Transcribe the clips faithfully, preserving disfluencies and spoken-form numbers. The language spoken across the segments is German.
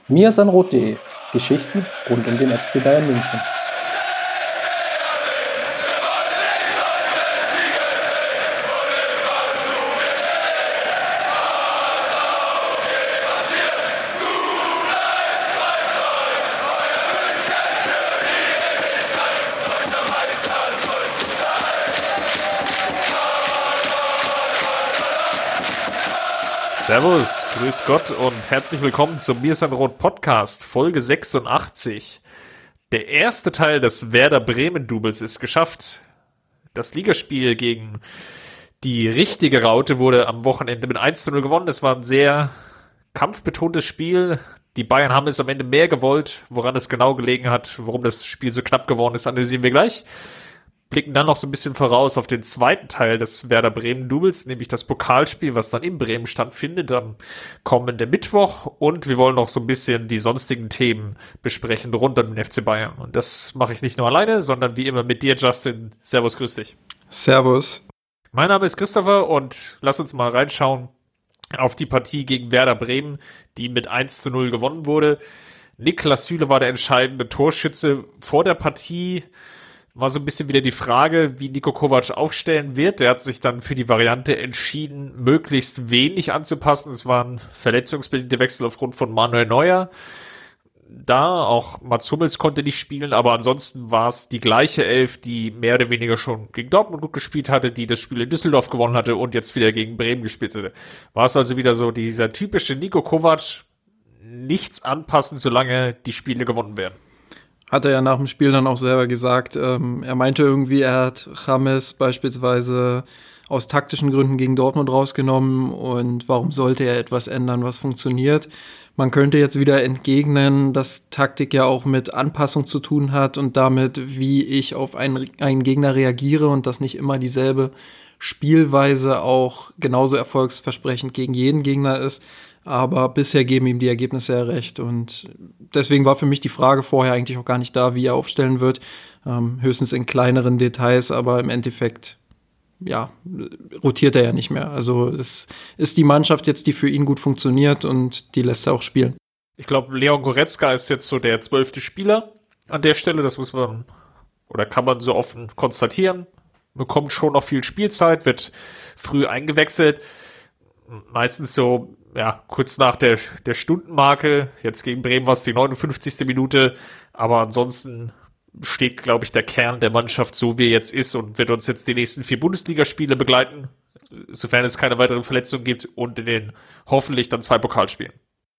mirsanrot punkt de – Geschichten rund um den F C Bayern München. Servus, grüß Gott und herzlich willkommen zum mirsanrot Podcast, Folge sechsundachtzig. Der erste Teil des Werder Bremen-Doubles ist geschafft. Das Ligaspiel gegen die richtige Raute wurde am Wochenende mit eins zu null gewonnen. Es war ein sehr kampfbetontes Spiel. Die Bayern haben es am Ende mehr gewollt. Woran es genau gelegen hat, warum das Spiel so knapp geworden ist, analysieren wir gleich. Blicken dann noch so ein bisschen voraus auf den zweiten Teil des Werder Bremen-Doubles, nämlich das Pokalspiel, was dann in Bremen stattfindet am kommenden Mittwoch. Und wir wollen noch so ein bisschen die sonstigen Themen besprechen rund um den F C Bayern. Und das mache ich nicht nur alleine, sondern wie immer mit dir, Justin. Servus, grüß dich. Servus. Mein Name ist Christopher und lass uns mal reinschauen auf die Partie gegen Werder Bremen, die mit eins zu null gewonnen wurde. Niklas Süle war der entscheidende Torschütze. Vor der Partie war so ein bisschen wieder die Frage, wie Niko Kovac aufstellen wird. Der hat sich dann für die Variante entschieden, möglichst wenig anzupassen. Es waren verletzungsbedingte Wechsel aufgrund von Manuel Neuer. Da auch Mats Hummels konnte nicht spielen, aber ansonsten war es die gleiche Elf, die mehr oder weniger schon gegen Dortmund gut gespielt hatte, die das Spiel in Düsseldorf gewonnen hatte und jetzt wieder gegen Bremen gespielt hatte. War es also wieder so dieser typische Niko Kovac, nichts anpassen, solange die Spiele gewonnen werden. Hat er ja nach dem Spiel dann auch selber gesagt. Ähm, er meinte irgendwie, er hat James beispielsweise aus taktischen Gründen gegen Dortmund rausgenommen und warum sollte er etwas ändern, was funktioniert. Man könnte jetzt wieder entgegnen, dass Taktik ja auch mit Anpassung zu tun hat und damit, wie ich auf einen, einen Gegner reagiere und dass nicht immer dieselbe Spielweise auch genauso erfolgsversprechend gegen jeden Gegner ist. Aber bisher geben ihm die Ergebnisse ja recht und deswegen war für mich die Frage vorher eigentlich auch gar nicht da, wie er aufstellen wird, ähm, höchstens in kleineren Details, aber im Endeffekt, ja, rotiert er ja nicht mehr. Also es ist die Mannschaft jetzt, die für ihn gut funktioniert und die lässt er auch spielen. Ich glaube, Leon Goretzka ist jetzt so der zwölfte Spieler an der Stelle, das muss man, oder kann man so offen konstatieren, bekommt schon noch viel Spielzeit, wird früh eingewechselt, meistens so ja, kurz nach der, der Stundenmarke. Jetzt gegen Bremen war es die neunundfünfzigste Minute. Aber ansonsten steht, glaube ich, der Kern der Mannschaft so, wie er jetzt ist und wird uns jetzt die nächsten vier Bundesligaspiele begleiten, sofern es keine weiteren Verletzungen gibt und in den hoffentlich dann zwei Pokalspielen.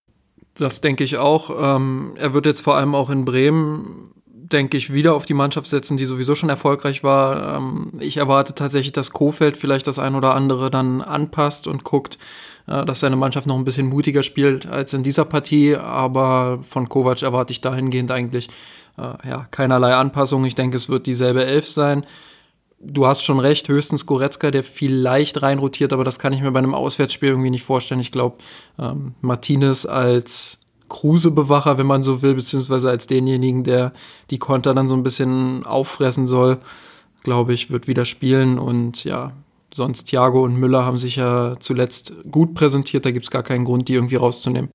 Das denke ich auch. Ähm, er wird jetzt vor allem auch in Bremen, denke ich, wieder auf die Mannschaft setzen, die sowieso schon erfolgreich war. Ähm, ich erwarte tatsächlich, dass Kohfeldt vielleicht das ein oder andere dann anpasst und guckt, dass seine Mannschaft noch ein bisschen mutiger spielt als in dieser Partie, aber von Kovac erwarte ich dahingehend eigentlich äh, ja, keinerlei Anpassung. Ich denke, es wird dieselbe Elf sein. Du hast schon recht, höchstens Goretzka, der vielleicht reinrotiert, aber das kann ich mir bei einem Auswärtsspiel irgendwie nicht vorstellen. Ich glaube, ähm, Martinez als Kruse-Bewacher, wenn man so will, beziehungsweise als denjenigen, der die Konter dann so ein bisschen auffressen soll, glaube ich, wird wieder spielen und ja, sonst Thiago und Müller haben sich ja zuletzt gut präsentiert, da gibt es gar keinen Grund, die irgendwie rauszunehmen.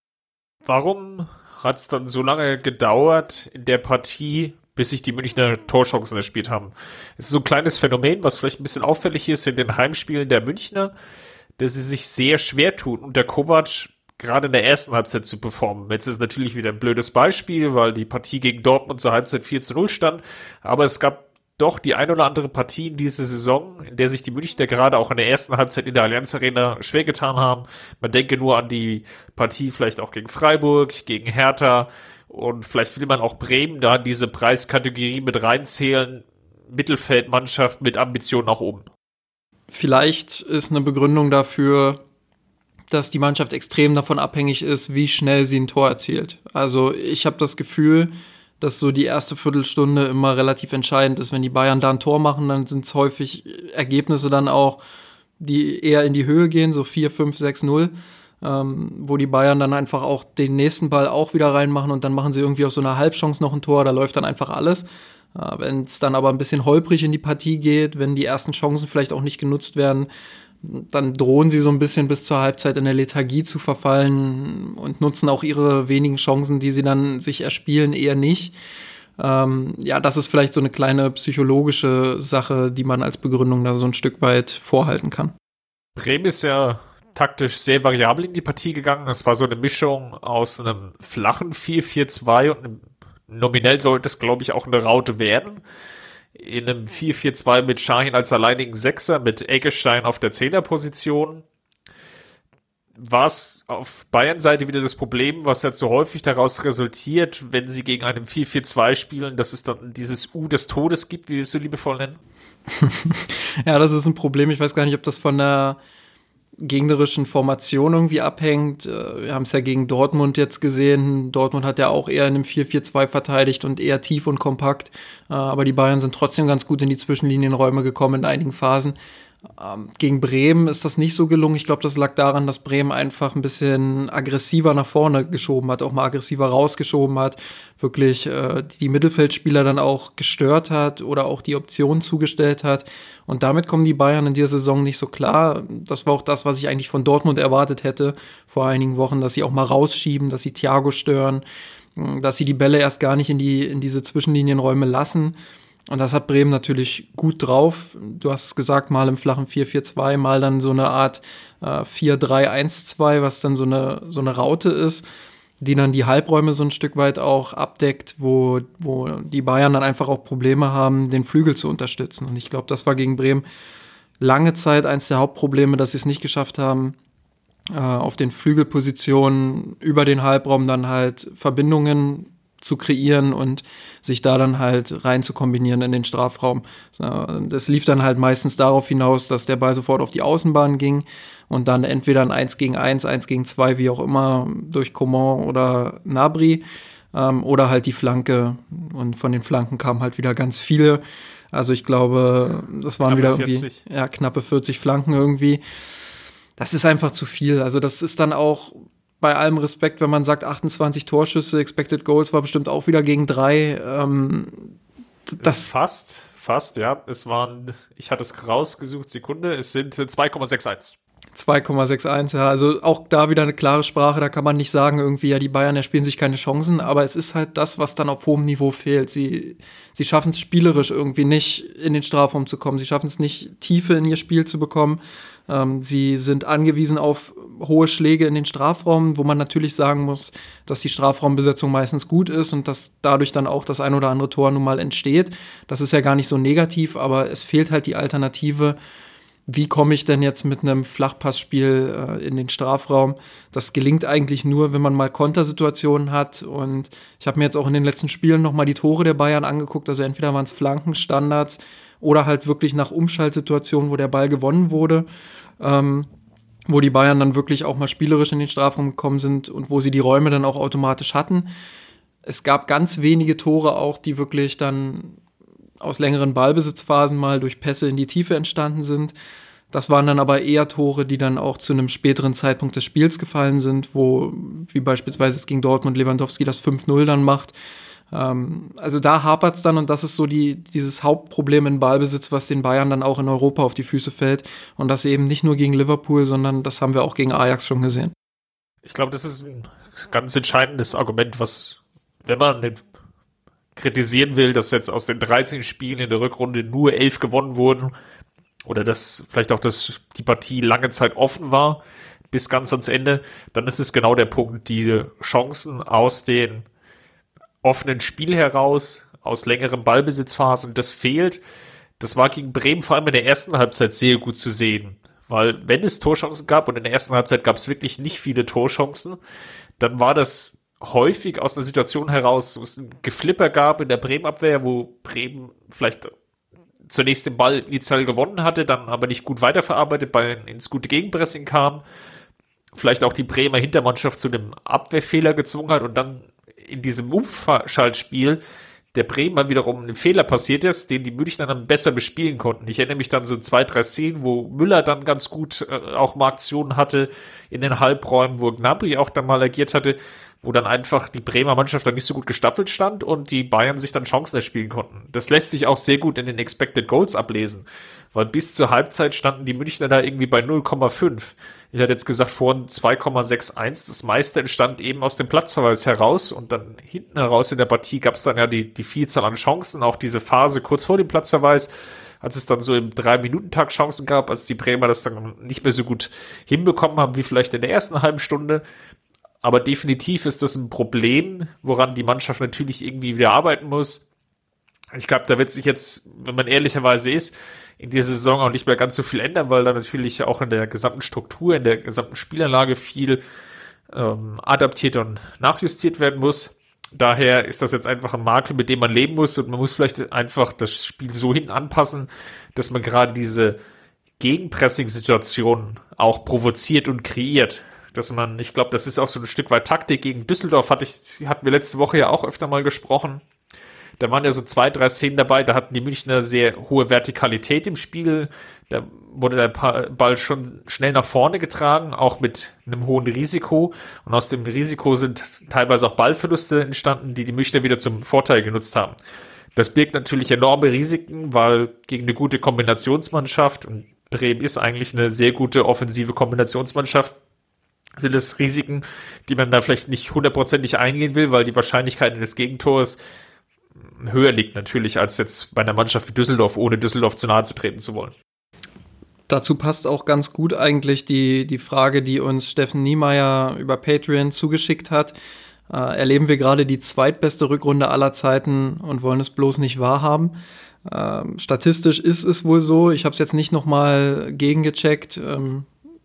Warum hat es dann so lange gedauert in der Partie, bis sich die Münchner Torchancen erspielt haben? Es ist so ein kleines Phänomen, was vielleicht ein bisschen auffällig ist in den Heimspielen der Münchner, dass sie sich sehr schwer tun, unter Kovac gerade in der ersten Halbzeit zu performen. Jetzt ist natürlich wieder ein blödes Beispiel, weil die Partie gegen Dortmund zur Halbzeit vier zu null stand, aber es gab doch die ein oder andere Partie in dieser Saison, in der sich die Münchner gerade auch in der ersten Halbzeit in der Allianz Arena schwer getan haben. Man denke nur an die Partie vielleicht auch gegen Freiburg, gegen Hertha und vielleicht will man auch Bremen da in diese Preiskategorie mit reinzählen. Mittelfeldmannschaft mit Ambitionen nach oben. Vielleicht ist eine Begründung dafür, dass die Mannschaft extrem davon abhängig ist, wie schnell sie ein Tor erzielt. Also ich habe das Gefühl, dass so die erste Viertelstunde immer relativ entscheidend ist. Wenn die Bayern da ein Tor machen, dann sind es häufig Ergebnisse dann auch, die eher in die Höhe gehen, so vier, fünf, sechs, null, ähm, wo die Bayern dann einfach auch den nächsten Ball auch wieder reinmachen und dann machen sie irgendwie aus so einer Halbchance noch ein Tor, da läuft dann einfach alles. Äh, wenn es dann aber ein bisschen holprig in die Partie geht, wenn die ersten Chancen vielleicht auch nicht genutzt werden, dann drohen sie so ein bisschen bis zur Halbzeit in der Lethargie zu verfallen und nutzen auch ihre wenigen Chancen, die sie dann sich erspielen, eher nicht. Ähm, ja, das ist vielleicht so eine kleine psychologische Sache, die man als Begründung da so ein Stück weit vorhalten kann. Bremen ist ja taktisch sehr variabel in die Partie gegangen. Es war so eine Mischung aus einem flachen vier vier zwei und einem, nominell sollte es, glaube ich, auch eine Raute werden. In einem vier vier zwei mit Şahin als alleinigen Sechser, mit Eggestein auf der Zehnerposition. War es auf Bayern-Seite wieder das Problem, was jetzt so häufig daraus resultiert, wenn sie gegen einen vier vier zwei spielen, dass es dann dieses U des Todes gibt, wie wir es so liebevoll nennen? Ja, das ist ein Problem. Ich weiß gar nicht, ob das von der gegnerischen Formation irgendwie abhängt. Wir haben es ja gegen Dortmund jetzt gesehen. Dortmund hat ja auch eher in einem vier vier zwei verteidigt und eher tief und kompakt. Aber die Bayern sind trotzdem ganz gut in die Zwischenlinienräume gekommen in einigen Phasen. Gegen Bremen ist das nicht so gelungen. Ich glaube, das lag daran, dass Bremen einfach ein bisschen aggressiver nach vorne geschoben hat, auch mal aggressiver rausgeschoben hat, wirklich äh, die Mittelfeldspieler dann auch gestört hat oder auch die Optionen zugestellt hat. Und damit kommen die Bayern in dieser Saison nicht so klar. Das war auch das, was ich eigentlich von Dortmund erwartet hätte vor einigen Wochen, dass sie auch mal rausschieben, dass sie Thiago stören, dass sie die Bälle erst gar nicht in die in diese Zwischenlinienräume lassen. Und das hat Bremen natürlich gut drauf. Du hast es gesagt, mal im flachen vier vier zwei, mal dann so eine Art äh, vier drei eins zwei, was dann so eine, so eine Raute ist, die dann die Halbräume so ein Stück weit auch abdeckt, wo, wo die Bayern dann einfach auch Probleme haben, den Flügel zu unterstützen. Und ich glaube, das war gegen Bremen lange Zeit eins der Hauptprobleme, dass sie es nicht geschafft haben, äh, auf den Flügelpositionen über den Halbraum dann halt Verbindungen zu kreieren und sich da dann halt rein zu kombinieren in den Strafraum. Das lief dann halt meistens darauf hinaus, dass der Ball sofort auf die Außenbahn ging und dann entweder ein eins gegen eins, eins gegen zwei, wie auch immer, durch Coman oder Gnabry ähm, oder halt die Flanke. Und von den Flanken kamen halt wieder ganz viele. Also ich glaube, das waren wieder irgendwie ja, knappe vierzig Flanken irgendwie. Das ist einfach zu viel. Also das ist dann auch bei allem Respekt, wenn man sagt, achtundzwanzig Torschüsse, Expected Goals war bestimmt auch wieder gegen drei. Ähm, das fast, fast, ja. Es waren, ich hatte es rausgesucht, Sekunde, es sind zwei Komma einundsechzig. zwei Komma einundsechzig, ja. Also auch da wieder eine klare Sprache. Da kann man nicht sagen, irgendwie, ja, die Bayern erspielen sich keine Chancen, aber es ist halt das, was dann auf hohem Niveau fehlt. Sie, sie schaffen es spielerisch irgendwie nicht, in den Strafraum zu kommen. Sie schaffen es nicht, Tiefe in ihr Spiel zu bekommen. Ähm, sie sind angewiesen auf hohe Schläge in den Strafraum, wo man natürlich sagen muss, dass die Strafraumbesetzung meistens gut ist und dass dadurch dann auch das ein oder andere Tor nun mal entsteht. Das ist ja gar nicht so negativ, aber es fehlt halt die Alternative. Wie komme ich denn jetzt mit einem Flachpassspiel äh, in den Strafraum? Das gelingt eigentlich nur, wenn man mal Kontersituationen hat. Und ich habe mir jetzt auch in den letzten Spielen nochmal die Tore der Bayern angeguckt. Also entweder waren es Flankenstandards oder halt wirklich nach Umschaltsituationen, wo der Ball gewonnen wurde. Ähm, wo die Bayern dann wirklich auch mal spielerisch in den Strafraum gekommen sind und wo sie die Räume dann auch automatisch hatten. Es gab ganz wenige Tore auch, die wirklich dann aus längeren Ballbesitzphasen mal durch Pässe in die Tiefe entstanden sind. Das waren dann aber eher Tore, die dann auch zu einem späteren Zeitpunkt des Spiels gefallen sind, wo, wie beispielsweise es gegen Dortmund Lewandowski das fünf null dann macht. Ähm, also da hapert es dann und das ist so die, dieses Hauptproblem in Ballbesitz, was den Bayern dann auch in Europa auf die Füße fällt. Und das eben nicht nur gegen Liverpool, sondern das haben wir auch gegen Ajax schon gesehen. Ich glaube, das ist ein ganz entscheidendes Argument, was, wenn man den kritisieren will, dass jetzt aus den dreizehn Spielen in der Rückrunde nur elf gewonnen wurden oder dass vielleicht auch das, die Partie lange Zeit offen war bis ganz ans Ende, dann ist es genau der Punkt, die Chancen aus den offenen Spiel heraus, aus längeren Ballbesitzphasen, das fehlt. Das war gegen Bremen vor allem in der ersten Halbzeit sehr gut zu sehen, weil wenn es Torchancen gab und in der ersten Halbzeit gab es wirklich nicht viele Torchancen, dann war das häufig aus einer Situation heraus, wo es ein Geflipper gab in der Bremen-Abwehr, wo Bremen vielleicht zunächst den Ball initial gewonnen hatte, dann aber nicht gut weiterverarbeitet, bei ins gute Gegenpressing kam, vielleicht auch die Bremer Hintermannschaft zu einem Abwehrfehler gezwungen hat und dann in diesem Umschaltspiel der Bremer wiederum ein Fehler passiert ist, den die Münchner dann besser bespielen konnten. Ich erinnere mich dann so zwei, drei Szenen, wo Müller dann ganz gut äh, auch mal Aktionen hatte in den Halbräumen, wo Gnabry auch dann mal agiert hatte, wo dann einfach die Bremer Mannschaft dann nicht so gut gestaffelt stand und die Bayern sich dann Chancen erspielen konnten. Das lässt sich auch sehr gut in den Expected Goals ablesen, weil bis zur Halbzeit standen die Münchner da irgendwie bei null Komma fünf. Ich hatte jetzt gesagt, vorhin zwei Komma einundsechzig. Das meiste entstand eben aus dem Platzverweis heraus und dann hinten heraus in der Partie gab es dann ja die, die Vielzahl an Chancen, auch diese Phase kurz vor dem Platzverweis, als es dann so im drei-Minuten-Tag Chancen gab, als die Bremer das dann nicht mehr so gut hinbekommen haben, wie vielleicht in der ersten halben Stunde. Aber definitiv ist das ein Problem, woran die Mannschaft natürlich irgendwie wieder arbeiten muss. Ich glaube, da wird sich jetzt, wenn man ehrlicherweise ist, in dieser Saison auch nicht mehr ganz so viel ändern, weil da natürlich auch in der gesamten Struktur, in der gesamten Spielanlage viel ähm, adaptiert und nachjustiert werden muss. Daher ist das jetzt einfach ein Makel, mit dem man leben muss und man muss vielleicht einfach das Spiel so hin anpassen, dass man gerade diese Gegenpressing-Situationen auch provoziert und kreiert. Dass man, ich glaube, das ist auch so ein Stück weit Taktik. Gegen Düsseldorf hatte ich, hatten wir letzte Woche ja auch öfter mal gesprochen. Da waren ja so zwei, drei Szenen dabei, da hatten die Münchner sehr hohe Vertikalität im Spiel. Da wurde der Ball schon schnell nach vorne getragen, auch mit einem hohen Risiko. Und aus dem Risiko sind teilweise auch Ballverluste entstanden, die die Münchner wieder zum Vorteil genutzt haben. Das birgt natürlich enorme Risiken, weil gegen eine gute Kombinationsmannschaft, und Bremen ist eigentlich eine sehr gute offensive Kombinationsmannschaft, sind es Risiken, die man da vielleicht nicht hundertprozentig eingehen will, weil die Wahrscheinlichkeit des Gegentors höher liegt natürlich, als jetzt bei einer Mannschaft wie Düsseldorf, ohne Düsseldorf zu nahe zu treten zu wollen. Dazu passt auch ganz gut eigentlich die, die Frage, die uns Steffen Niemeyer über Patreon zugeschickt hat. Äh, erleben wir gerade die zweitbeste Rückrunde aller Zeiten und wollen es bloß nicht wahrhaben. Ähm, statistisch ist es wohl so, ich habe es jetzt nicht nochmal gegengecheckt, ähm,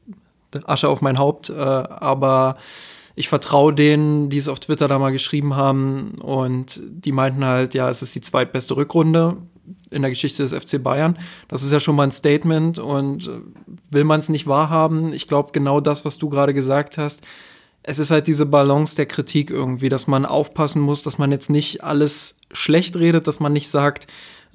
Asche auf mein Haupt, äh, aber ich vertraue denen, die es auf Twitter da mal geschrieben haben und die meinten halt, ja, es ist die zweitbeste Rückrunde in der Geschichte des F C Bayern. Das ist ja schon mal ein Statement und will man es nicht wahrhaben, ich glaube genau das, was du gerade gesagt hast, es ist halt diese Balance der Kritik irgendwie, dass man aufpassen muss, dass man jetzt nicht alles schlecht redet, dass man nicht sagt,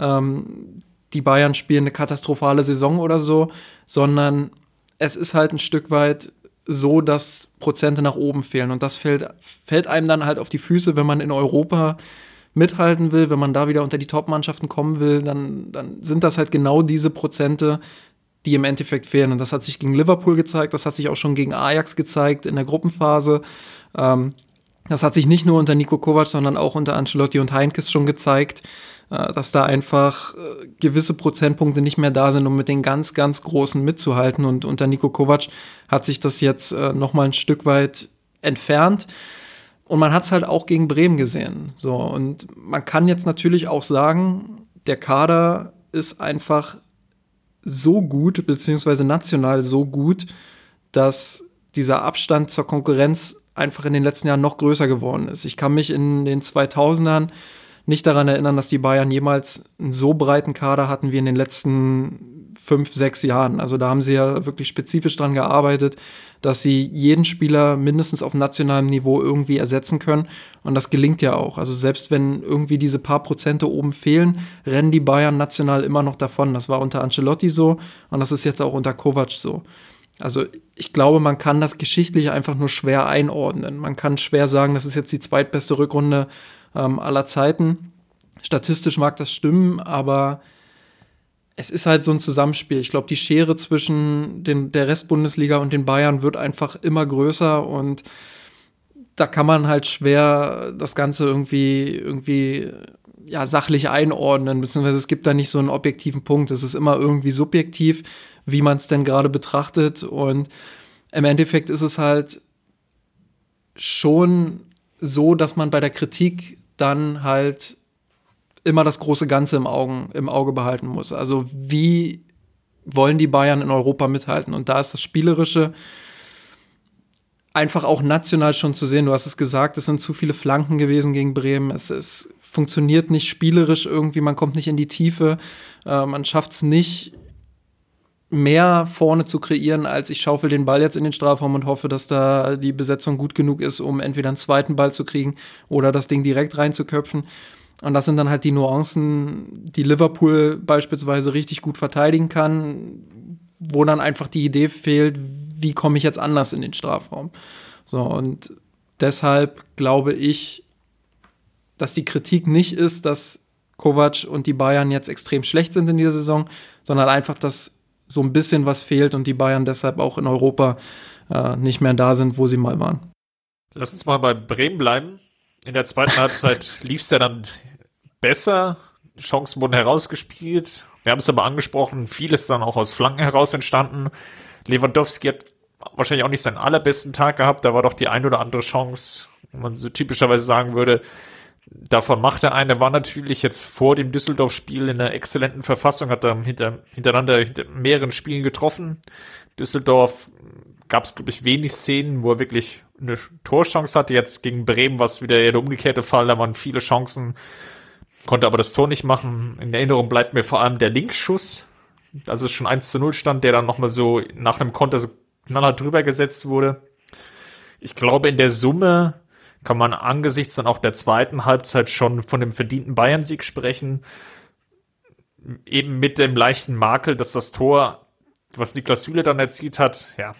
ähm, die Bayern spielen eine katastrophale Saison oder so, sondern es ist halt ein Stück weit so, dass Prozente nach oben fehlen. Und das fällt, fällt einem dann halt auf die Füße, wenn man in Europa mithalten will, wenn man da wieder unter die Top-Mannschaften kommen will, dann, dann sind das halt genau diese Prozente, die im Endeffekt fehlen. Und das hat sich gegen Liverpool gezeigt, das hat sich auch schon gegen Ajax gezeigt in der Gruppenphase. Ähm, das hat sich nicht nur unter Niko Kovac, sondern auch unter Ancelotti und Heinkes schon gezeigt, dass da einfach äh, gewisse Prozentpunkte nicht mehr da sind, um mit den ganz, ganz Großen mitzuhalten. Und unter Niko Kovac hat sich das jetzt äh, noch mal ein Stück weit entfernt. Und man hat es halt auch gegen Bremen gesehen. So, und man kann jetzt natürlich auch sagen, der Kader ist einfach so gut, beziehungsweise national so gut, dass dieser Abstand zur Konkurrenz einfach in den letzten Jahren noch größer geworden ist. Ich kann mich in den zweitausendern nicht daran erinnern, dass die Bayern jemals einen so breiten Kader hatten wie in den letzten fünf, sechs Jahren. Also da haben sie ja wirklich spezifisch dran gearbeitet, dass sie jeden Spieler mindestens auf nationalem Niveau irgendwie ersetzen können. Und das gelingt ja auch. Also selbst wenn irgendwie diese paar Prozente oben fehlen, rennen die Bayern national immer noch davon. Das war unter Ancelotti so und das ist jetzt auch unter Kovac so. Also ich glaube, man kann das geschichtlich einfach nur schwer einordnen. Man kann schwer sagen, das ist jetzt die zweitbeste Rückrunde ähm, aller Zeiten. Statistisch mag das stimmen, aber es ist halt so ein Zusammenspiel. Ich glaube, die Schere zwischen den, der Restbundesliga und den Bayern wird einfach immer größer und da kann man halt schwer das Ganze irgendwie, irgendwie ja, sachlich einordnen, beziehungsweise es gibt da nicht so einen objektiven Punkt. Es ist immer irgendwie subjektiv, wie man es denn gerade betrachtet und im Endeffekt ist es halt schon so, dass man bei der Kritik dann halt immer das große Ganze im, Augen, im Auge behalten muss. Also wie wollen die Bayern in Europa mithalten? Und da ist das Spielerische einfach auch national schon zu sehen. Du hast es gesagt, es sind zu viele Flanken gewesen gegen Bremen. Es, es funktioniert nicht spielerisch irgendwie, man kommt nicht in die Tiefe. Äh, man schafft es nicht, mehr vorne zu kreieren, als ich schaufel den Ball jetzt in den Strafraum und hoffe, dass da die Besetzung gut genug ist, um entweder einen zweiten Ball zu kriegen oder das Ding direkt reinzuköpfen. Und das sind dann halt die Nuancen, die Liverpool beispielsweise richtig gut verteidigen kann, wo dann einfach die Idee fehlt, wie komme ich jetzt anders in den Strafraum. So, und deshalb glaube ich, dass die Kritik nicht ist, dass Kovac und die Bayern jetzt extrem schlecht sind in dieser Saison, sondern einfach, dass so ein bisschen was fehlt und die Bayern deshalb auch in Europa äh, nicht mehr da sind, wo sie mal waren. Lass uns mal bei Bremen bleiben. In der zweiten Halbzeit lief es ja dann besser. Chancen wurden herausgespielt. Wir haben es aber angesprochen, vieles dann auch aus Flanken heraus entstanden. Lewandowski hat wahrscheinlich auch nicht seinen allerbesten Tag gehabt. Da war doch die ein oder andere Chance, wo man so typischerweise sagen würde, davon macht er eine. War natürlich jetzt vor dem Düsseldorf-Spiel in einer exzellenten Verfassung, hat er hinter, hintereinander hinter mehreren Spielen getroffen. Düsseldorf gab es, glaube ich, wenig Szenen, wo er wirklich eine Torchance hatte. Jetzt gegen Bremen war es wieder eher der umgekehrte Fall. Da waren viele Chancen, konnte aber das Tor nicht machen. In Erinnerung bleibt mir vor allem der Linksschuss. Also es schon eins zu null stand, der dann nochmal so nach einem Konter so knallhart drüber gesetzt wurde. Ich glaube, in der Summe kann man angesichts dann auch der zweiten Halbzeit schon von dem verdienten Bayern-Sieg sprechen. Eben mit dem leichten Makel, dass das Tor, was Niklas Süle dann erzielt hat, ja,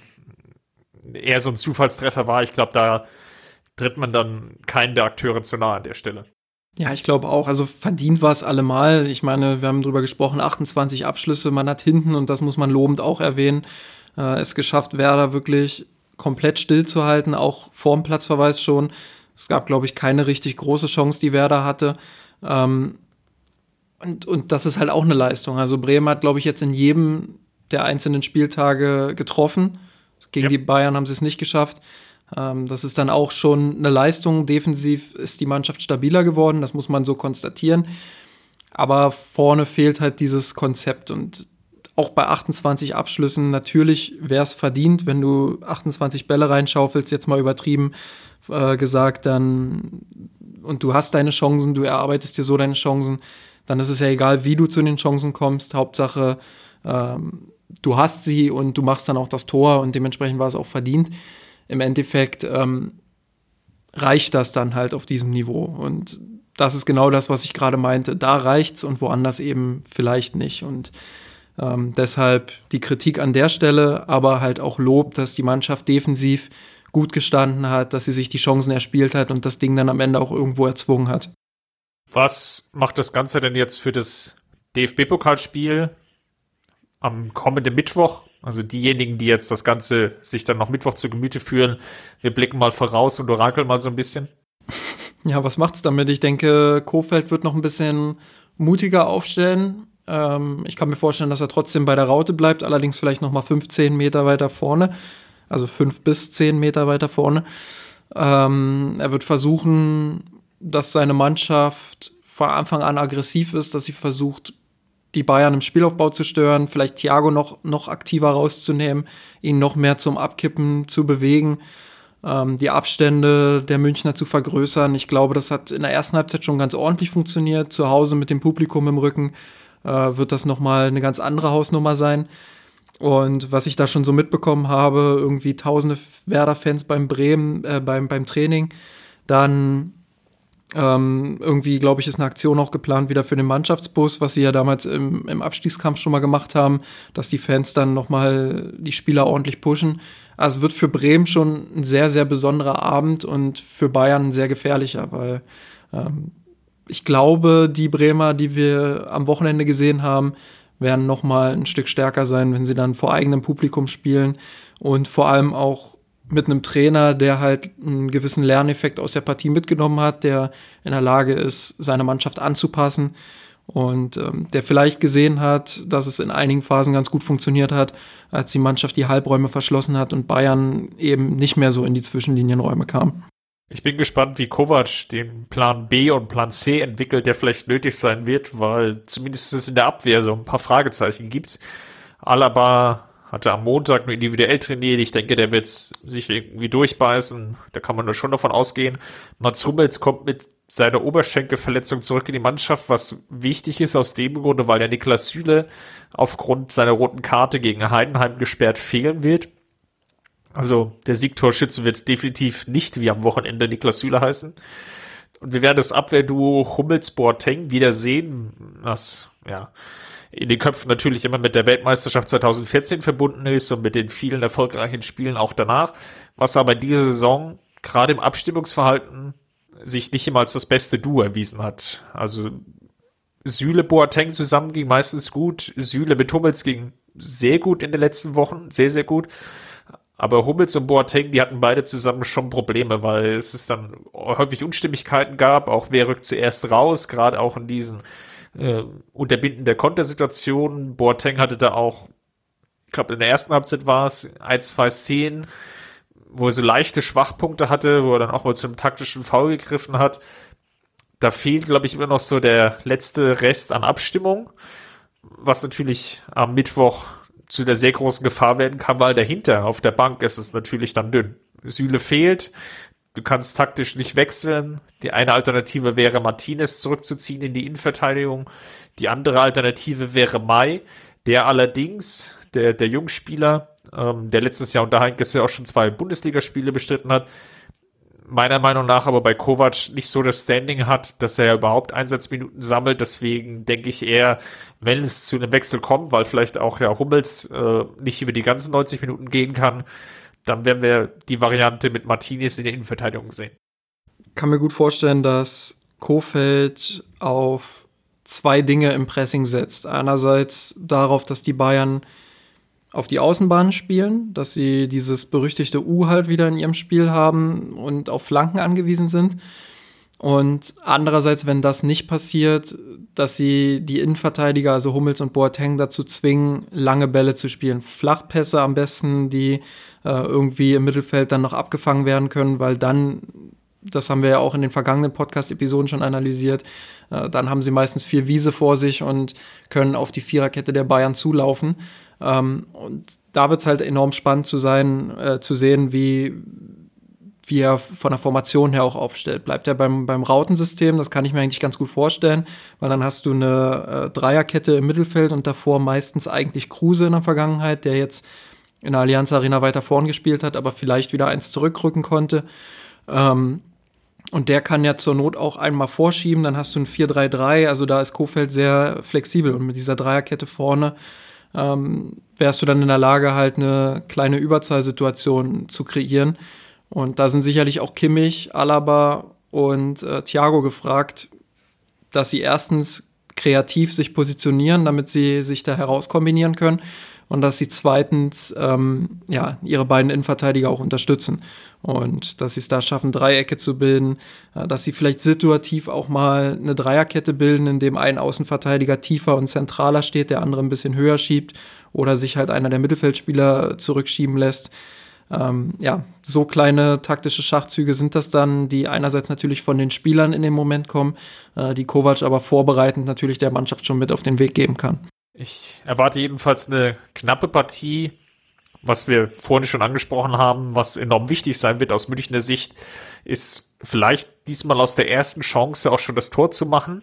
eher so ein Zufallstreffer war. Ich glaube, da tritt man dann keinen der Akteure zu nahe an der Stelle. Ja, ich glaube auch. Also verdient war es allemal. Ich meine, wir haben drüber gesprochen, achtundzwanzig Abschlüsse. Man hat hinten, und das muss man lobend auch erwähnen, äh, es geschafft, Werder wirklich komplett stillzuhalten, auch vorm Platzverweis schon. Es gab, glaube ich, keine richtig große Chance, die Werder hatte. Ähm, und, und das ist halt auch eine Leistung. Also Bremen hat, glaube ich, jetzt in jedem der einzelnen Spieltage getroffen. Gegen ja. die Bayern haben sie es nicht geschafft. Ähm, das ist dann auch schon eine Leistung. Defensiv ist die Mannschaft stabiler geworden, das muss man so konstatieren. Aber vorne fehlt halt dieses Konzept. Und auch bei achtundzwanzig Abschlüssen, natürlich wäre es verdient, wenn du achtundzwanzig Bälle reinschaufelst, jetzt mal übertrieben äh, gesagt, dann und du hast deine Chancen, du erarbeitest dir so deine Chancen, dann ist es ja egal, wie du zu den Chancen kommst. Hauptsache, ähm, du hast sie und du machst dann auch das Tor und dementsprechend war es auch verdient. Im Endeffekt ähm, reicht das dann halt auf diesem Niveau. Und das ist genau das, was ich gerade meinte. Da reicht's und woanders eben vielleicht nicht. Und ähm, deshalb die Kritik an der Stelle, aber halt auch Lob, dass die Mannschaft defensiv gut gestanden hat, dass sie sich die Chancen erspielt hat und das Ding dann am Ende auch irgendwo erzwungen hat. Was macht das Ganze denn jetzt für das D F B-Pokalspiel am kommenden Mittwoch? Also diejenigen, die jetzt das Ganze sich dann noch Mittwoch zu Gemüte führen, wir blicken mal voraus und orakeln mal so ein bisschen. Ja, was macht's damit? Ich denke, Kohfeldt wird noch ein bisschen mutiger aufstellen. Ähm, ich kann mir vorstellen, dass er trotzdem bei der Raute bleibt, allerdings vielleicht noch mal fünfzehn Meter weiter vorne, also fünf bis zehn Meter weiter vorne. Ähm, er wird versuchen, dass seine Mannschaft von Anfang an aggressiv ist, dass sie versucht, die Bayern im Spielaufbau zu stören, vielleicht Thiago noch, noch aktiver rauszunehmen, ihn noch mehr zum Abkippen zu bewegen, ähm, die Abstände der Münchner zu vergrößern. Ich glaube, das hat in der ersten Halbzeit schon ganz ordentlich funktioniert. Zu Hause mit dem Publikum im Rücken äh, wird das nochmal eine ganz andere Hausnummer sein. Und was ich da schon so mitbekommen habe, irgendwie tausende Werder-Fans beim Bremen, äh, beim, beim Training, dann Ähm, irgendwie, glaube ich, ist eine Aktion auch geplant wieder für den Mannschaftsbus, was sie ja damals im, im Abstiegskampf schon mal gemacht haben, dass die Fans dann nochmal die Spieler ordentlich pushen. Also es wird für Bremen schon ein sehr, sehr besonderer Abend und für Bayern ein sehr gefährlicher, weil ähm, ich glaube, die Bremer, die wir am Wochenende gesehen haben, werden nochmal ein Stück stärker sein, wenn sie dann vor eigenem Publikum spielen und vor allem auch mit einem Trainer, der halt einen gewissen Lerneffekt aus der Partie mitgenommen hat, der in der Lage ist, seine Mannschaft anzupassen und ähm, der vielleicht gesehen hat, dass es in einigen Phasen ganz gut funktioniert hat, als die Mannschaft die Halbräume verschlossen hat und Bayern eben nicht mehr so in die Zwischenlinienräume kam. Ich bin gespannt, wie Kovac den Plan B und Plan C entwickelt, der vielleicht nötig sein wird, weil zumindest es in der Abwehr so ein paar Fragezeichen gibt. Alaba hatte am Montag nur individuell trainiert. Ich denke, der wird sich irgendwie durchbeißen. Da kann man nur schon davon ausgehen. Mats Hummels kommt mit seiner Oberschenkelverletzung zurück in die Mannschaft, was wichtig ist aus dem Grunde, weil der Niklas Süle aufgrund seiner roten Karte gegen Heidenheim gesperrt fehlen wird. Also der Siegtorschütze wird definitiv nicht wie am Wochenende Niklas Süle heißen. Und wir werden das Abwehrduo Hummels-Boateng wieder sehen, was ja in den Köpfen natürlich immer mit der Weltmeisterschaft zwanzig vierzehn verbunden ist und mit den vielen erfolgreichen Spielen auch danach, was aber diese Saison gerade im Abstimmungsverhalten sich nicht immer als das beste Duo erwiesen hat. Also Süle Boateng zusammen ging meistens gut, Süle mit Hummels ging sehr gut in den letzten Wochen, sehr, sehr gut. Aber Hummels und Boateng, die hatten beide zusammen schon Probleme, weil es ist dann häufig Unstimmigkeiten gab, auch wer rückt zuerst raus, gerade auch in diesen äh, Unterbinden der Kontersituationen. Boateng hatte da auch, ich glaube in der ersten Halbzeit war es, ein, zwei Szenen, wo er so leichte Schwachpunkte hatte, wo er dann auch mal zu einem taktischen Foul gegriffen hat. Da fehlt, glaube ich, immer noch so der letzte Rest an Abstimmung, was natürlich am Mittwoch zu der sehr großen Gefahr werden kann, weil dahinter auf der Bank ist es natürlich dann dünn. Süle fehlt, du kannst taktisch nicht wechseln. Die eine Alternative wäre, Martinez zurückzuziehen in die Innenverteidigung. Die andere Alternative wäre Mai, der allerdings, der, der Jungspieler, ähm, der letztes Jahr unter Heinkes ja auch schon zwei Bundesligaspiele bestritten hat, meiner Meinung nach aber bei Kovac nicht so das Standing hat, dass er überhaupt Einsatzminuten sammelt. Deswegen denke ich eher, wenn es zu einem Wechsel kommt, weil vielleicht auch ja Hummels äh, nicht über die ganzen neunzig Minuten gehen kann, dann werden wir die Variante mit Martinez in der Innenverteidigung sehen. Ich kann mir gut vorstellen, dass Kohfeldt auf zwei Dinge im Pressing setzt. Einerseits darauf, dass die Bayern auf die Außenbahn spielen, dass sie dieses berüchtigte U halt wieder in ihrem Spiel haben und auf Flanken angewiesen sind. Und andererseits, wenn das nicht passiert, dass sie die Innenverteidiger, also Hummels und Boateng, dazu zwingen, lange Bälle zu spielen. Flachpässe am besten, die äh, irgendwie im Mittelfeld dann noch abgefangen werden können, weil dann, das haben wir ja auch in den vergangenen Podcast-Episoden schon analysiert, äh, dann haben sie meistens viel Wiese vor sich und können auf die Viererkette der Bayern zulaufen. Um, und da wird es halt enorm spannend zu sein, äh, zu sehen, wie, wie er von der Formation her auch aufstellt. Bleibt er beim, beim Rautensystem, das kann ich mir eigentlich ganz gut vorstellen, weil dann hast du eine äh, Dreierkette im Mittelfeld und davor meistens eigentlich Kruse in der Vergangenheit, der jetzt in der Allianz Arena weiter vorn gespielt hat, aber vielleicht wieder eins zurückrücken konnte. Um, und der kann ja zur Not auch einmal vorschieben, dann hast du ein vier drei drei, also da ist Kohfeldt sehr flexibel und mit dieser Dreierkette vorne Ähm, wärst du dann in der Lage, halt eine kleine Überzahlsituation zu kreieren. Und da sind sicherlich auch Kimmich, Alaba und äh, Thiago gefragt, dass sie erstens kreativ sich positionieren, damit sie sich da herauskombinieren können und dass sie zweitens ähm, ja, ihre beiden Innenverteidiger auch unterstützen und dass sie es da schaffen, Dreiecke zu bilden, äh, dass sie vielleicht situativ auch mal eine Dreierkette bilden, in dem ein Außenverteidiger tiefer und zentraler steht, der andere ein bisschen höher schiebt oder sich halt einer der Mittelfeldspieler zurückschieben lässt. Ähm, ja, so kleine taktische Schachzüge sind das dann, die einerseits natürlich von den Spielern in dem Moment kommen, äh, die Kovac aber vorbereitend natürlich der Mannschaft schon mit auf den Weg geben kann. Ich erwarte jedenfalls eine knappe Partie, was wir vorhin schon angesprochen haben, was enorm wichtig sein wird aus Münchner Sicht, ist vielleicht diesmal aus der ersten Chance auch schon das Tor zu machen.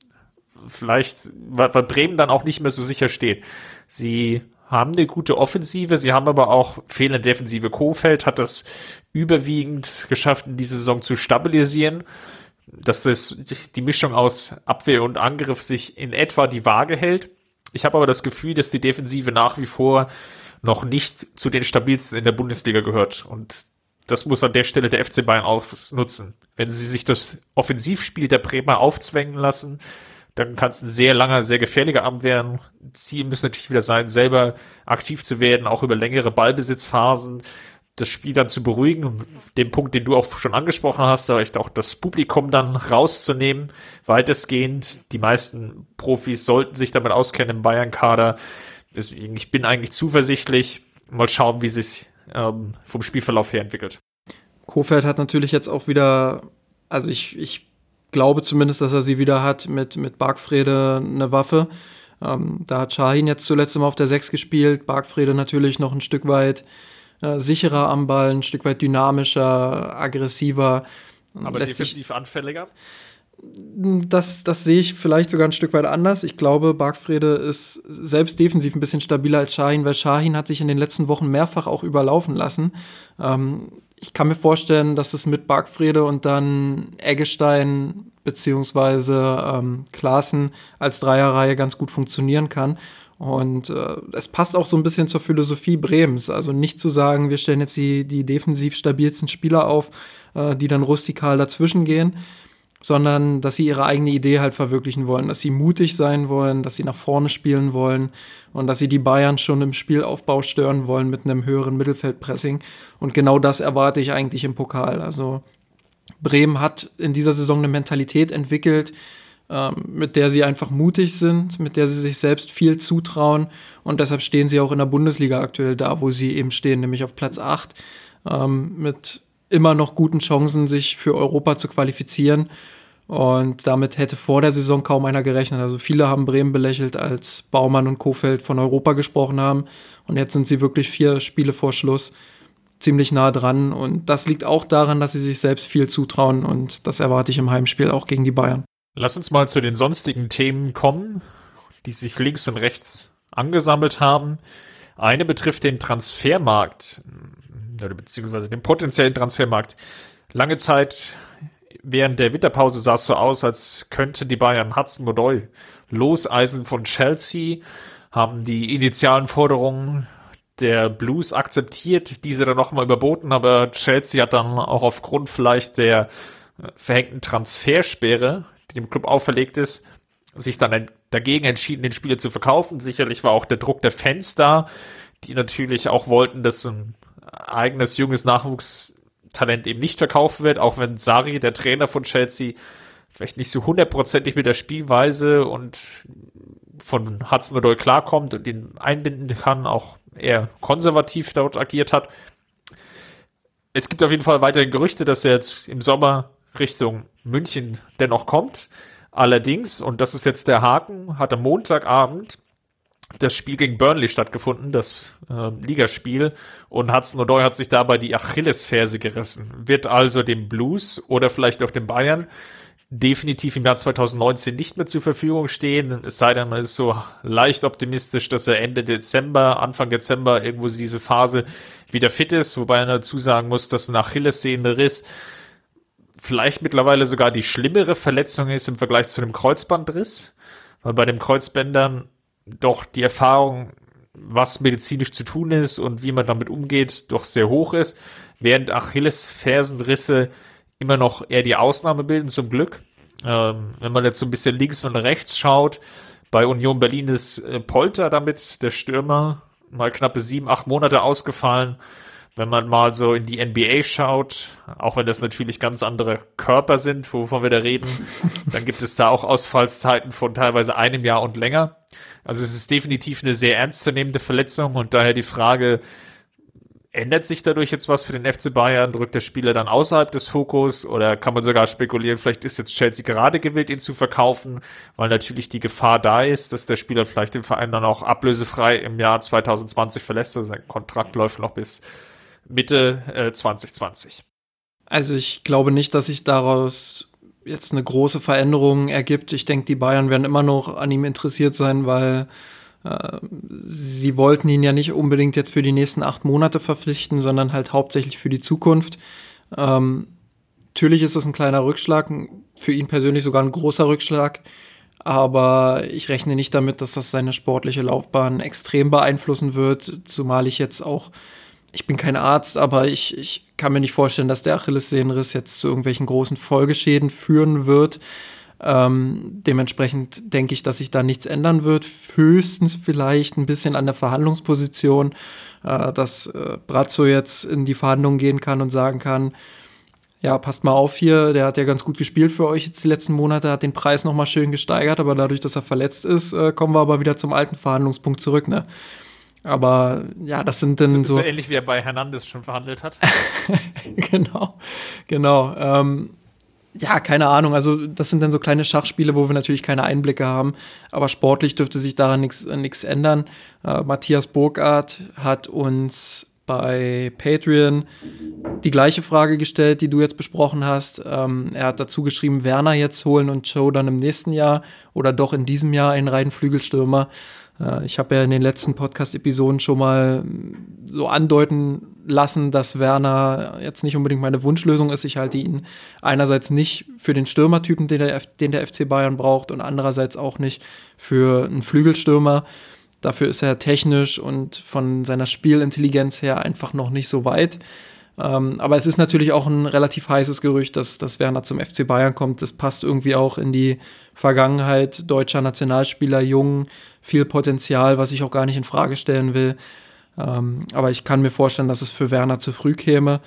Vielleicht, weil, weil Bremen dann auch nicht mehr so sicher steht. Sie haben eine gute Offensive, sie haben aber auch fehlende Defensive. Kohfeldt hat das überwiegend geschafft, in dieser Saison zu stabilisieren, dass es, die Mischung aus Abwehr und Angriff sich in etwa die Waage hält. Ich habe aber das Gefühl, dass die Defensive nach wie vor noch nicht zu den stabilsten in der Bundesliga gehört. Und das muss an der Stelle der F C Bayern ausnutzen. Wenn sie sich das Offensivspiel der Bremer aufzwängen lassen, dann kann es ein sehr langer, sehr gefährlicher Abend werden. Ziel muss natürlich wieder sein, selber aktiv zu werden, auch über längere Ballbesitzphasen, das Spiel dann zu beruhigen. Den Punkt, den du auch schon angesprochen hast, vielleicht auch das Publikum dann rauszunehmen, weitestgehend. Die meisten Profis sollten sich damit auskennen im Bayern-Kader. Deswegen, ich bin eigentlich zuversichtlich. Mal schauen, wie es sich ähm, vom Spielverlauf her entwickelt. Kohfeldt hat natürlich jetzt auch wieder, also ich, ich glaube zumindest, dass er sie wieder hat mit, mit Bargfrede eine Waffe. Ähm, da hat Şahin jetzt zuletzt immer auf der sechs gespielt. Bargfrede natürlich noch ein Stück weit äh, sicherer am Ball, ein Stück weit dynamischer, aggressiver. Aber lässt defensiv sich, anfälliger? Das, das sehe ich vielleicht sogar ein Stück weit anders. Ich glaube, Bargfrede ist selbst defensiv ein bisschen stabiler als Şahin, weil Şahin hat sich in den letzten Wochen mehrfach auch überlaufen lassen. Ähm, ich kann mir vorstellen, dass es mit Bargfrede und dann Eggestein beziehungsweise ähm, Klaassen als Dreierreihe ganz gut funktionieren kann. Und äh, es passt auch so ein bisschen zur Philosophie Bremens. Also nicht zu sagen, wir stellen jetzt die, die defensiv stabilsten Spieler auf, äh, die dann rustikal dazwischen gehen, sondern dass sie ihre eigene Idee halt verwirklichen wollen, dass sie mutig sein wollen, dass sie nach vorne spielen wollen und dass sie die Bayern schon im Spielaufbau stören wollen mit einem höheren Mittelfeldpressing. Und genau das erwarte ich eigentlich im Pokal. Also Bremen hat in dieser Saison eine Mentalität entwickelt, ähm, mit der sie einfach mutig sind, mit der sie sich selbst viel zutrauen und deshalb stehen sie auch in der Bundesliga aktuell da, wo sie eben stehen, nämlich auf Platz acht, ähm, mit immer noch guten Chancen, sich für Europa zu qualifizieren. Und damit hätte vor der Saison kaum einer gerechnet. Also viele haben Bremen belächelt, als Baumann und Kohfeldt von Europa gesprochen haben. Und jetzt sind sie wirklich vier Spiele vor Schluss ziemlich nah dran. Und das liegt auch daran, dass sie sich selbst viel zutrauen. Und das erwarte ich im Heimspiel auch gegen die Bayern. Lass uns mal zu den sonstigen Themen kommen, die sich links und rechts angesammelt haben. Eine betrifft den Transfermarkt, oder beziehungsweise den potenziellen Transfermarkt. Lange Zeit während der Winterpause sah es so aus, als könnten die Bayern Hudson-Odoi loseisen von Chelsea, haben die initialen Forderungen der Blues akzeptiert, diese dann nochmal überboten, aber Chelsea hat dann auch aufgrund vielleicht der verhängten Transfersperre, die dem Club auferlegt ist, sich dann dagegen entschieden, den Spieler zu verkaufen. Sicherlich war auch der Druck der Fans da, die natürlich auch wollten, dass ein eigenes, junges Nachwuchstalent eben nicht verkauft wird, auch wenn Sarri, der Trainer von Chelsea, vielleicht nicht so hundertprozentig mit der Spielweise und von Hudson-Odoi klarkommt und ihn einbinden kann, auch eher konservativ dort agiert hat. Es gibt auf jeden Fall weiterhin Gerüchte, dass er jetzt im Sommer Richtung München dennoch kommt. Allerdings, und das ist jetzt der Haken, hat am Montagabend das Spiel gegen Burnley stattgefunden, das äh, Ligaspiel, und Hudson-Odoi hat sich dabei die Achillesferse gerissen. Wird also dem Blues oder vielleicht auch den Bayern definitiv im Jahr zwanzig neunzehn nicht mehr zur Verfügung stehen. Es sei denn, man ist so leicht optimistisch, dass er Ende Dezember, Anfang Dezember irgendwo diese Phase wieder fit ist, wobei er dazu sagen muss, dass ein Achillessehnenriss vielleicht mittlerweile sogar die schlimmere Verletzung ist im Vergleich zu einem Kreuzbandriss, weil bei den Kreuzbändern doch die Erfahrung, was medizinisch zu tun ist und wie man damit umgeht, doch sehr hoch ist, während Achillesfersenrisse immer noch eher die Ausnahme bilden, zum Glück. Ähm, wenn man jetzt so ein bisschen links und rechts schaut, bei Union Berlin ist äh, Polter damit, der Stürmer, mal knappe sieben, acht Monate ausgefallen. Wenn man mal so in die N B A schaut, auch wenn das natürlich ganz andere Körper sind, wovon wir da reden, dann gibt es da auch Ausfallszeiten von teilweise einem Jahr und länger. Also es ist definitiv eine sehr ernstzunehmende Verletzung und daher die Frage, ändert sich dadurch jetzt was für den F C Bayern? Drückt der Spieler dann außerhalb des Fokus? Oder kann man sogar spekulieren, vielleicht ist jetzt Chelsea gerade gewillt, ihn zu verkaufen, weil natürlich die Gefahr da ist, dass der Spieler vielleicht den Verein dann auch ablösefrei im Jahr zwanzig zwanzig verlässt. Also sein Kontrakt läuft noch bis Mitte äh, zwanzig zwanzig. Also ich glaube nicht, dass sich daraus jetzt eine große Veränderung ergibt. Ich denke, die Bayern werden immer noch an ihm interessiert sein, weil äh, sie wollten ihn ja nicht unbedingt jetzt für die nächsten acht Monate verpflichten, sondern halt hauptsächlich für die Zukunft. Ähm, natürlich ist es ein kleiner Rückschlag, für ihn persönlich sogar ein großer Rückschlag, aber ich rechne nicht damit, dass das seine sportliche Laufbahn extrem beeinflussen wird, zumal ich jetzt auch Ich bin kein Arzt, aber ich, ich kann mir nicht vorstellen, dass der Achillessehnenriss jetzt zu irgendwelchen großen Folgeschäden führen wird. Ähm, dementsprechend denke ich, dass sich da nichts ändern wird. Höchstens vielleicht ein bisschen an der Verhandlungsposition, äh, dass äh, Brazzo jetzt in die Verhandlungen gehen kann und sagen kann, ja, passt mal auf hier, der hat ja ganz gut gespielt für euch jetzt die letzten Monate, hat den Preis nochmal schön gesteigert, aber dadurch, dass er verletzt ist, äh, kommen wir aber wieder zum alten Verhandlungspunkt zurück, ne? Aber ja, das sind dann so, so... So ähnlich wie er bei Hernandez schon verhandelt hat. Genau, genau. Ähm, ja, keine Ahnung, also das sind dann so kleine Schachspiele, wo wir natürlich keine Einblicke haben, aber sportlich dürfte sich daran nichts nichts ändern. Äh, Matthias Burkhardt hat uns bei Patreon die gleiche Frage gestellt, die du jetzt besprochen hast. Ähm, er hat dazu geschrieben, Werner jetzt holen und Joe dann im nächsten Jahr oder doch in diesem Jahr einen reinen Flügelstürmer. Äh, ich habe ja in den letzten Podcast-Episoden schon mal so andeuten lassen, dass Werner jetzt nicht unbedingt meine Wunschlösung ist. Ich halte ihn einerseits nicht für den Stürmertypen, den der, F- den der F C Bayern braucht, und andererseits auch nicht für einen Flügelstürmer. Dafür ist er technisch und von seiner Spielintelligenz her einfach noch nicht so weit. Ähm, aber es ist natürlich auch ein relativ heißes Gerücht, dass, dass Werner zum F C Bayern kommt. Das passt irgendwie auch in die Vergangenheit deutscher Nationalspieler, jung, viel Potenzial, was ich auch gar nicht in Frage stellen will. Ähm, aber ich kann mir vorstellen, dass es für Werner zu früh käme.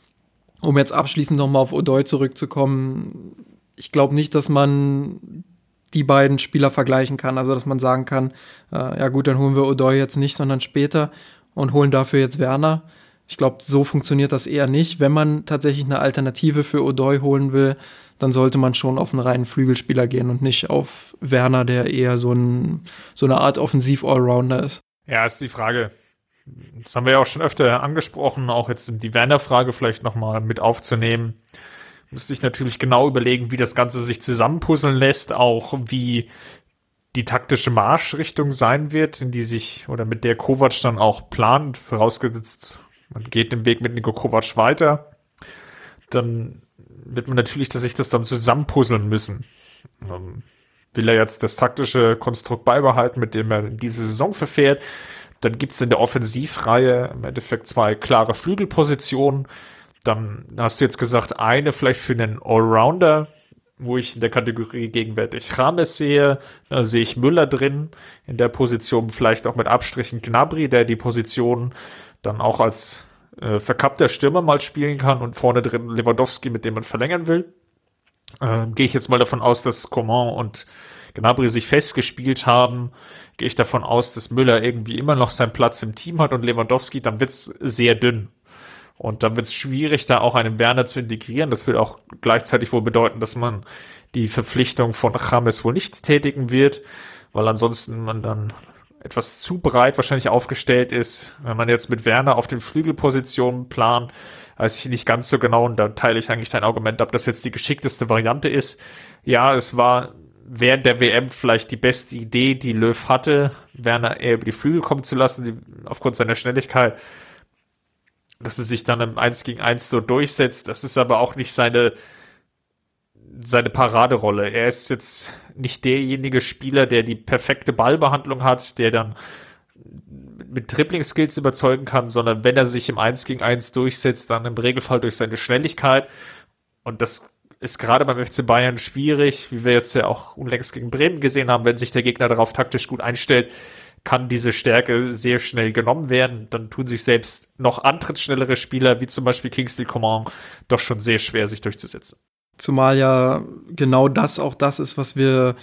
Um jetzt abschließend nochmal auf Odoi zurückzukommen, ich glaube nicht, dass man die beiden Spieler vergleichen kann. Also, dass man sagen kann, äh, ja gut, dann holen wir Odoi jetzt nicht, sondern später und holen dafür jetzt Werner. Ich glaube, so funktioniert das eher nicht. Wenn man tatsächlich eine Alternative für Odoi holen will, dann sollte man schon auf einen reinen Flügelspieler gehen und nicht auf Werner, der eher so, ein, so eine Art Offensiv-Allrounder ist. Ja, ist die Frage. Das haben wir ja auch schon öfter angesprochen, auch jetzt die Werner-Frage vielleicht nochmal mit aufzunehmen. Müsste ich natürlich genau überlegen, wie das Ganze sich zusammenpuzzeln lässt, auch wie die taktische Marschrichtung sein wird, in die sich oder mit der Kovac dann auch plant, vorausgesetzt, man geht den Weg mit Niko Kovac weiter, dann wird man natürlich, dass sich das dann zusammenpuzzeln müssen. Ähm, will er jetzt das taktische Konstrukt beibehalten, mit dem er diese Saison verfährt, dann gibt es in der Offensivreihe im Endeffekt zwei klare Flügelpositionen. Dann hast du jetzt gesagt, eine vielleicht für einen Allrounder, wo ich in der Kategorie gegenwärtig James sehe. Da sehe ich Müller drin, in der Position vielleicht auch mit Abstrichen Gnabry, der die Position dann auch als äh, verkappter Stürmer mal spielen kann, und vorne drin Lewandowski, mit dem man verlängern will. Äh, gehe ich jetzt mal davon aus, dass Coman und Gnabry sich festgespielt haben, gehe ich davon aus, dass Müller irgendwie immer noch seinen Platz im Team hat und Lewandowski, dann wird's sehr dünn. Und dann wird es schwierig, da auch einen Werner zu integrieren. Das wird auch gleichzeitig wohl bedeuten, dass man die Verpflichtung von James wohl nicht tätigen wird, weil ansonsten man dann etwas zu breit wahrscheinlich aufgestellt ist. Wenn man jetzt mit Werner auf den Flügelpositionen plant, weiß ich nicht ganz so genau, und da teile ich eigentlich dein Argument ab, dass jetzt die geschickteste Variante ist. Ja, es war während der W M vielleicht die beste Idee, die Löw hatte, Werner eher über die Flügel kommen zu lassen, die, aufgrund seiner Schnelligkeit. Dass es sich dann im eins gegen eins so durchsetzt, das ist aber auch nicht seine, seine Paraderolle. Er ist jetzt nicht derjenige Spieler, der die perfekte Ballbehandlung hat, der dann mit Dribbling-Skills überzeugen kann, sondern wenn er sich im eins gegen eins durchsetzt, dann im Regelfall durch seine Schnelligkeit. Und das ist gerade beim F C Bayern schwierig, wie wir jetzt ja auch unlängst gegen Bremen gesehen haben. Wenn sich der Gegner darauf taktisch gut einstellt, kann diese Stärke sehr schnell genommen werden. Dann tun sich selbst noch antrittsschnellere Spieler, wie zum Beispiel Kingsley Coman, doch schon sehr schwer, sich durchzusetzen. Zumal ja genau das auch das ist, was wir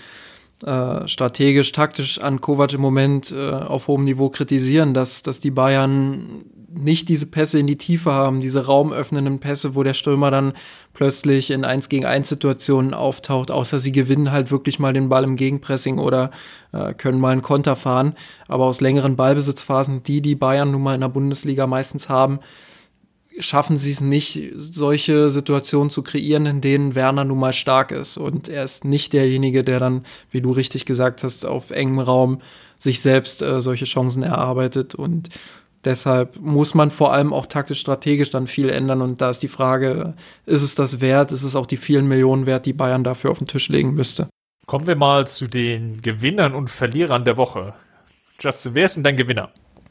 äh, strategisch, taktisch an Kovac im Moment äh, auf hohem Niveau kritisieren, dass, dass die Bayern nicht diese Pässe in die Tiefe haben, diese raumöffnenden Pässe, wo der Stürmer dann plötzlich in eins gegen eins Situationen auftaucht, außer sie gewinnen halt wirklich mal den Ball im Gegenpressing oder äh, können mal einen Konter fahren. Aber aus längeren Ballbesitzphasen, die die Bayern nun mal in der Bundesliga meistens haben, schaffen sie es nicht, solche Situationen zu kreieren, in denen Werner nun mal stark ist. Und er ist nicht derjenige, der dann, wie du richtig gesagt hast, auf engem Raum sich selbst äh, solche Chancen erarbeitet. Und deshalb muss man vor allem auch taktisch-strategisch dann viel ändern. Und da ist die Frage, ist es das wert? Ist es auch die vielen Millionen wert, die Bayern dafür auf den Tisch legen müsste? Kommen wir mal zu den Gewinnern und Verlierern der Woche. Justin, wer ist denn dein Gewinner?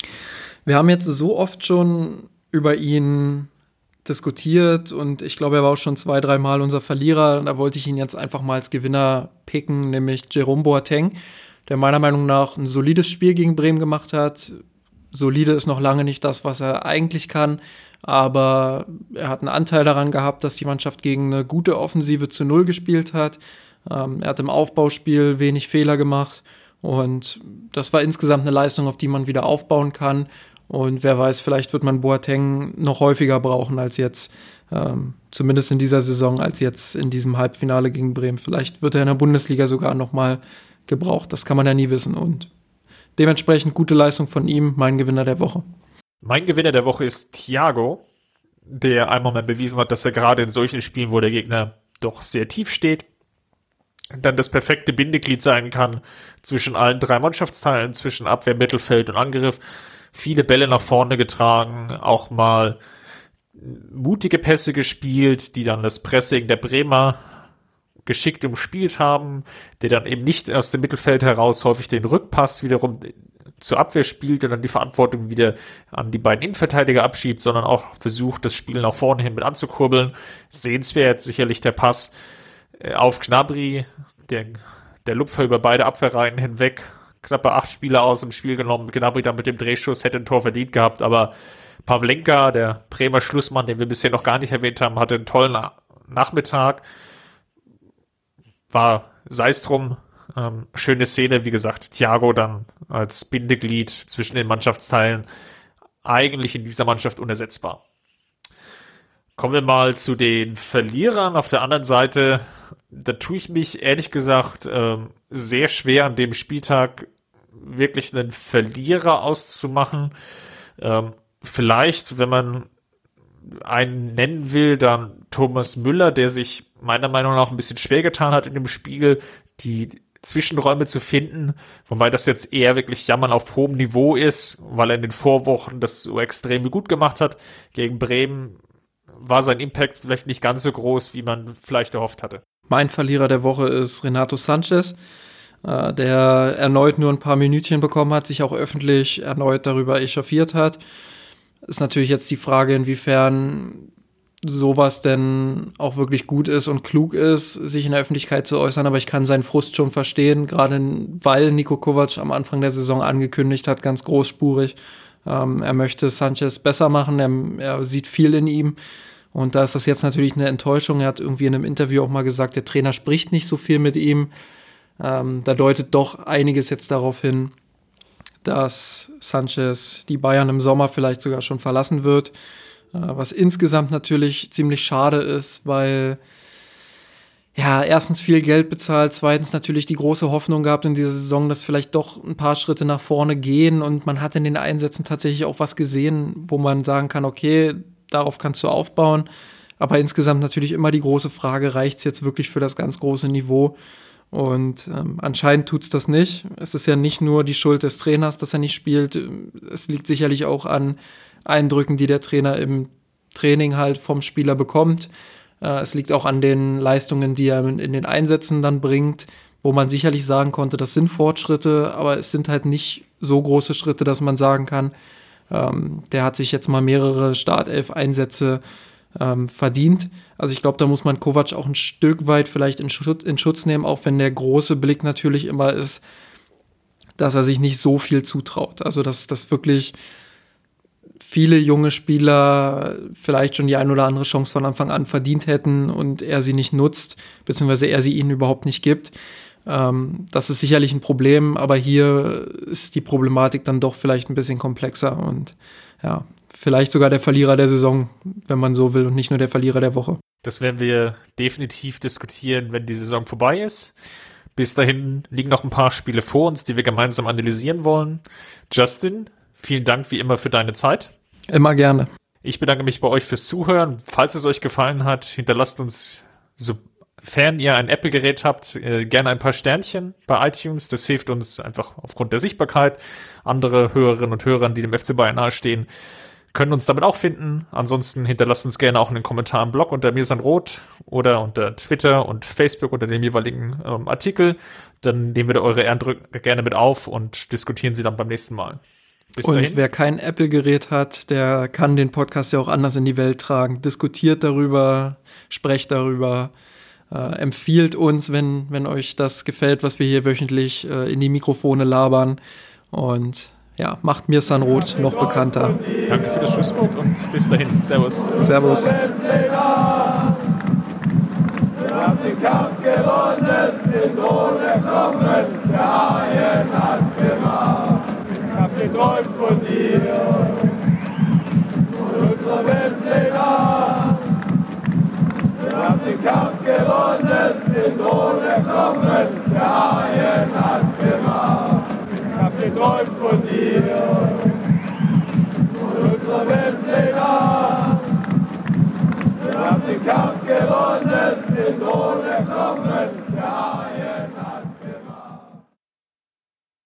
Wir haben jetzt so oft schon über ihn diskutiert und ich glaube, er war auch schon zwei, dreimal unser Verlierer. Da wollte ich ihn jetzt einfach mal als Gewinner picken, nämlich Jerome Boateng, der meiner Meinung nach ein solides Spiel gegen Bremen gemacht hat. Solide ist noch lange nicht das, was er eigentlich kann, aber er hat einen Anteil daran gehabt, dass die Mannschaft gegen eine gute Offensive zu Null gespielt hat. Ähm, er hat im Aufbauspiel wenig Fehler gemacht und das war insgesamt eine Leistung, auf die man wieder aufbauen kann. Und wer weiß, vielleicht wird man Boateng noch häufiger brauchen als jetzt, ähm, zumindest in dieser Saison, als jetzt in diesem Halbfinale gegen Bremen. Vielleicht wird er in der Bundesliga sogar noch mal gebraucht. Das kann man ja nie wissen. Und dementsprechend gute Leistung von ihm, mein Gewinner der Woche. Mein Gewinner der Woche ist Thiago, der einmal mal bewiesen hat, dass er gerade in solchen Spielen, wo der Gegner doch sehr tief steht, dann das perfekte Bindeglied sein kann zwischen allen drei Mannschaftsteilen, zwischen Abwehr, Mittelfeld und Angriff. Viele Bälle nach vorne getragen, auch mal mutige Pässe gespielt, die dann das Pressing der Bremer geschickt umspielt haben, der dann eben nicht aus dem Mittelfeld heraus häufig den Rückpass wiederum zur Abwehr spielt und dann die Verantwortung wieder an die beiden Innenverteidiger abschiebt, sondern auch versucht, das Spiel nach vorne hin mit anzukurbeln. Sehenswert sicherlich der Pass auf Gnabry, der, der Lupfer über beide Abwehrreihen hinweg, knappe acht Spieler aus dem Spiel genommen. Gnabry dann mit dem Drehschuss hätte ein Tor verdient gehabt, aber Pavlenka, der Bremer Schlussmann, den wir bisher noch gar nicht erwähnt haben, hatte einen tollen Nachmittag. War, sei es drum, ähm, schöne Szene, wie gesagt, Thiago dann als Bindeglied zwischen den Mannschaftsteilen, eigentlich in dieser Mannschaft unersetzbar. Kommen wir mal zu den Verlierern. Auf der anderen Seite, da tue ich mich ehrlich gesagt ähm, sehr schwer, an dem Spieltag wirklich einen Verlierer auszumachen. Ähm, vielleicht, wenn man einen nennen will, dann Thomas Müller, der sich meiner Meinung nach ein bisschen schwer getan hat in dem Spiel, die Zwischenräume zu finden, wobei das jetzt eher wirklich Jammern auf hohem Niveau ist, weil er in den Vorwochen das so extrem gut gemacht hat. Gegen Bremen war sein Impact vielleicht nicht ganz so groß, wie man vielleicht erhofft hatte. Mein Verlierer der Woche ist Renato Sanchez, äh, der erneut nur ein paar Minütchen bekommen hat, sich auch öffentlich erneut darüber echauffiert hat. Ist natürlich jetzt die Frage, inwiefern sowas denn auch wirklich gut ist und klug ist, sich in der Öffentlichkeit zu äußern, aber ich kann seinen Frust schon verstehen, gerade weil Niko Kovac am Anfang der Saison angekündigt hat, ganz großspurig, ähm, er möchte Sanchez besser machen, er, er sieht viel in ihm und da ist das jetzt natürlich eine Enttäuschung. Er hat irgendwie in einem Interview auch mal gesagt, der Trainer spricht nicht so viel mit ihm. Ähm, da deutet doch einiges jetzt darauf hin, dass Sanchez die Bayern im Sommer vielleicht sogar schon verlassen wird. Was insgesamt natürlich ziemlich schade ist, weil ja, erstens viel Geld bezahlt, zweitens natürlich die große Hoffnung gehabt in dieser Saison, dass vielleicht doch ein paar Schritte nach vorne gehen und man hat in den Einsätzen tatsächlich auch was gesehen, wo man sagen kann, okay, darauf kannst du aufbauen, aber insgesamt natürlich immer die große Frage, reicht es jetzt wirklich für das ganz große Niveau? Und ähm, anscheinend tut's das nicht. Es ist ja nicht nur die Schuld des Trainers, dass er nicht spielt. Es liegt sicherlich auch an Eindrücken, die der Trainer im Training halt vom Spieler bekommt. Äh, es liegt auch an den Leistungen, die er in, in den Einsätzen dann bringt, wo man sicherlich sagen konnte, das sind Fortschritte, aber es sind halt nicht so große Schritte, dass man sagen kann, ähm, der hat sich jetzt mal mehrere Startelf-Einsätze ähm, verdient. Also ich glaube, da muss man Kovac auch ein Stück weit vielleicht in Schutz, in Schutz nehmen, auch wenn der große Blick natürlich immer ist, dass er sich nicht so viel zutraut. Also dass das wirklich viele junge Spieler vielleicht schon die ein oder andere Chance von Anfang an verdient hätten und er sie nicht nutzt, beziehungsweise er sie ihnen überhaupt nicht gibt. Ähm, das ist sicherlich ein Problem, aber hier ist die Problematik dann doch vielleicht ein bisschen komplexer und ja, vielleicht sogar der Verlierer der Saison, wenn man so will, und nicht nur der Verlierer der Woche. Das werden wir definitiv diskutieren, wenn die Saison vorbei ist. Bis dahin liegen noch ein paar Spiele vor uns, die wir gemeinsam analysieren wollen. Justin, vielen Dank wie immer für deine Zeit. Immer gerne. Ich bedanke mich bei euch fürs Zuhören. Falls es euch gefallen hat, hinterlasst uns, sofern ihr ein Apple-Gerät habt, äh, gerne ein paar Sternchen bei iTunes. Das hilft uns einfach aufgrund der Sichtbarkeit. Andere Hörerinnen und Hörer, die dem F C Bayern nahestehen, können uns damit auch finden. Ansonsten hinterlasst uns gerne auch einen Kommentar im Blog unter mirsanrot oder unter Twitter und Facebook unter dem jeweiligen ähm, Artikel. Dann nehmen wir da eure Eindrücke gerne mit auf und diskutieren sie dann beim nächsten Mal. Bis und dahin. Wer kein Apple-Gerät hat, der kann den Podcast ja auch anders in die Welt tragen. Diskutiert darüber, sprecht darüber, äh, empfiehlt uns, wenn, wenn euch das gefällt, was wir hier wöchentlich äh, in die Mikrofone labern. Und ja, macht Mirsanrot noch bekannter. Danke für das Schlusswort und bis dahin. Servus. Servus. Wir haben den Kampf gewonnen, den Thron erklommen, der Haien hat's gemacht. Ich hab geträumt von dir, von unserer Weltpläne. Wir haben den Kampf gewonnen, den Thron erklommen, der Haien hat's gemacht. Ich hab geträumt von dir, von kommen,